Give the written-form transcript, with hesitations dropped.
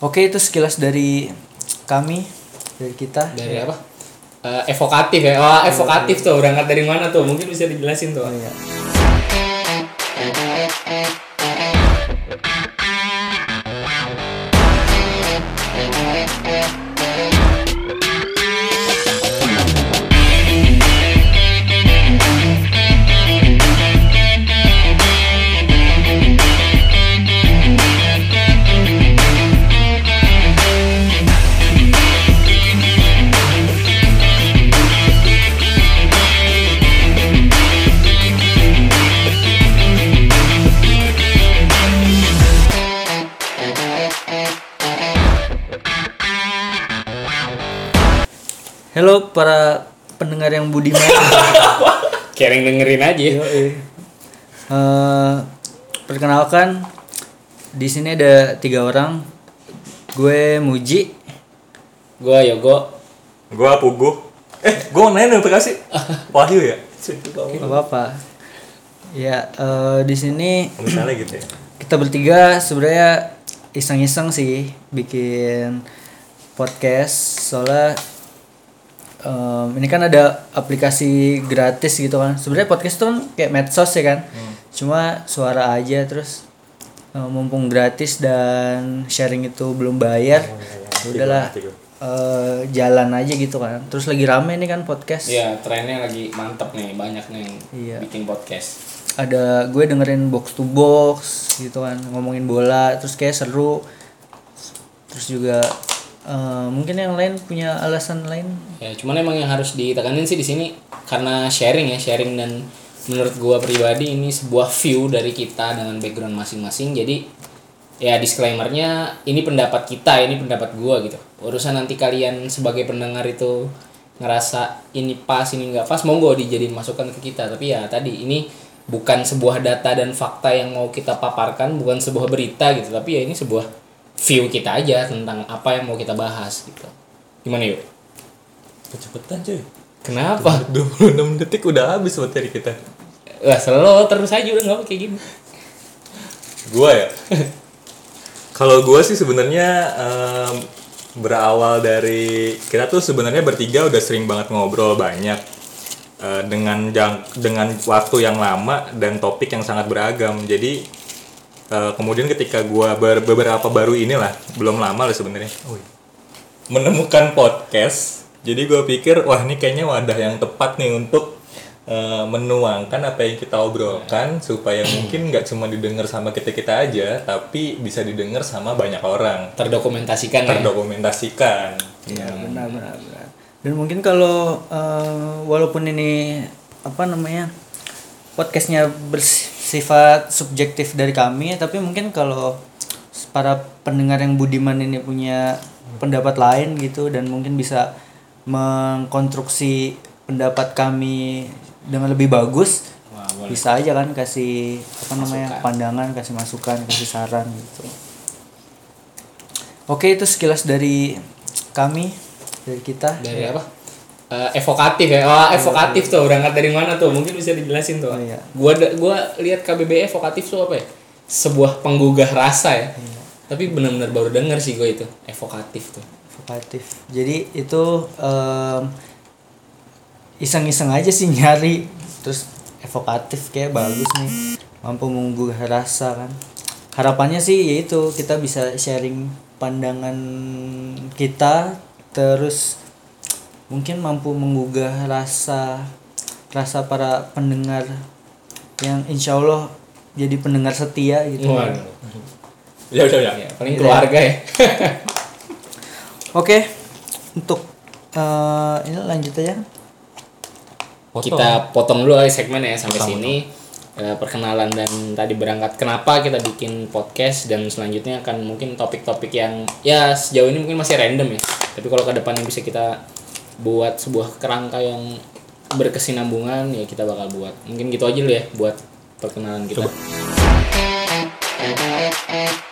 Oke, itu sekilas dari kami, dari kita. Dari apa? Evokatif ya. Wah, evokatif tuh. Berangkat dari mana tuh? Mungkin bisa dijelasin tuh. Oh, iya. Halo para pendengar yang budiman. Kayak yang dengerin aja. Perkenalkan, di sini ada 3 orang. Gue Muji. Gua Yogo. Gua Puguh. Gua mau nanya apa kasih? Wahyu ya? Gak apa-apa. Ya, di sini Misalnya gitu ya. kita bertiga sebenarnya iseng-iseng sih bikin podcast. Soalnya ini kan ada aplikasi gratis gitu kan. Sebenarnya podcast tuh kan kayak medsos ya kan. Cuma suara aja, terus mumpung gratis dan sharing itu belum bayar. Udahlah, jalan aja gitu kan. Terus lagi rame nih kan podcast. Iya, trennya lagi mantep nih, banyak nih yang Iya. bikin podcast. Ada gue dengerin box to box gitu kan, ngomongin bola, terus kayak seru. Terus juga mungkin yang lain punya alasan lain. Ya, cuman emang yang harus ditekanin sih di sini karena sharing dan menurut gua pribadi ini sebuah view dari kita dengan background masing-masing. Jadi ya disclaimernya ini pendapat kita, ini pendapat gua gitu. Urusan nanti kalian sebagai pendengar itu ngerasa ini pas, ini enggak pas, monggo dijadiin masukan ke kita. Tapi ya tadi ini bukan sebuah data dan fakta yang mau kita paparkan, bukan sebuah berita gitu. Tapi ya ini sebuah view kita aja tentang apa yang mau kita bahas gitu. Gimana yuk? Kecepetan cuy. Kenapa? 26 detik udah habis materi kita. Lah slow terus aja udah nggak kayak gini. Gua ya. Kalau gua sih sebenarnya berawal dari kita tuh sebenarnya bertiga udah sering banget ngobrol banyak dengan waktu yang lama dan topik yang sangat beragam. Jadi kemudian ketika gua beberapa baru inilah, belum lama lah sebenarnya, menemukan podcast. Jadi gua pikir wah ini kayaknya wadah yang tepat nih untuk menuangkan apa yang kita obrolkan supaya mungkin nggak cuma didengar sama kita aja, tapi bisa didengar sama banyak orang. Terdokumentasikan. Iya, benar. Dan mungkin kalau walaupun ini podcastnya bersifat subjektif dari kami, tapi mungkin kalau para pendengar yang budiman ini punya pendapat lain gitu dan mungkin bisa mengkonstruksi pendapat kami dengan lebih bagus. Wah, boleh. Bisa aja kan kasih Masukan. pandangan, kasih masukan, kasih saran gitu. Oke, itu sekilas dari kami, dari kita. Dari apa? Evokatif ya. Wah, evokatif tuh. Berangkat dari mana tuh? Mungkin bisa dijelasin tuh. Oh, iya. Gua lihat KBBI evokatif tuh apa ya? Sebuah penggugah rasa ya. Iya. Tapi benar-benar baru denger sih gue itu. Evokatif tuh. Evokatif. Jadi itu iseng-iseng aja sih nyari, terus evokatif kayak bagus nih, mampu menggugah rasa kan. Harapannya sih yaitu kita bisa sharing pandangan kita, terus mungkin mampu menggugah rasa para pendengar yang insya Allah jadi pendengar setia gitu. Waduh. Ya. Ya, paling keluarga ya. Oke, untuk ini lanjut aja. Kita potong dulu segmen ya sampai sini. Perkenalan dan tadi berangkat kenapa kita bikin podcast, dan selanjutnya akan mungkin topik-topik yang ya sejauh ini mungkin masih random ya. Tapi kalau ke depannya bisa kita buat sebuah kerangka yang berkesinambungan ya kita bakal buat. Mungkin gitu aja dulu ya buat perkenalan kita. Coba.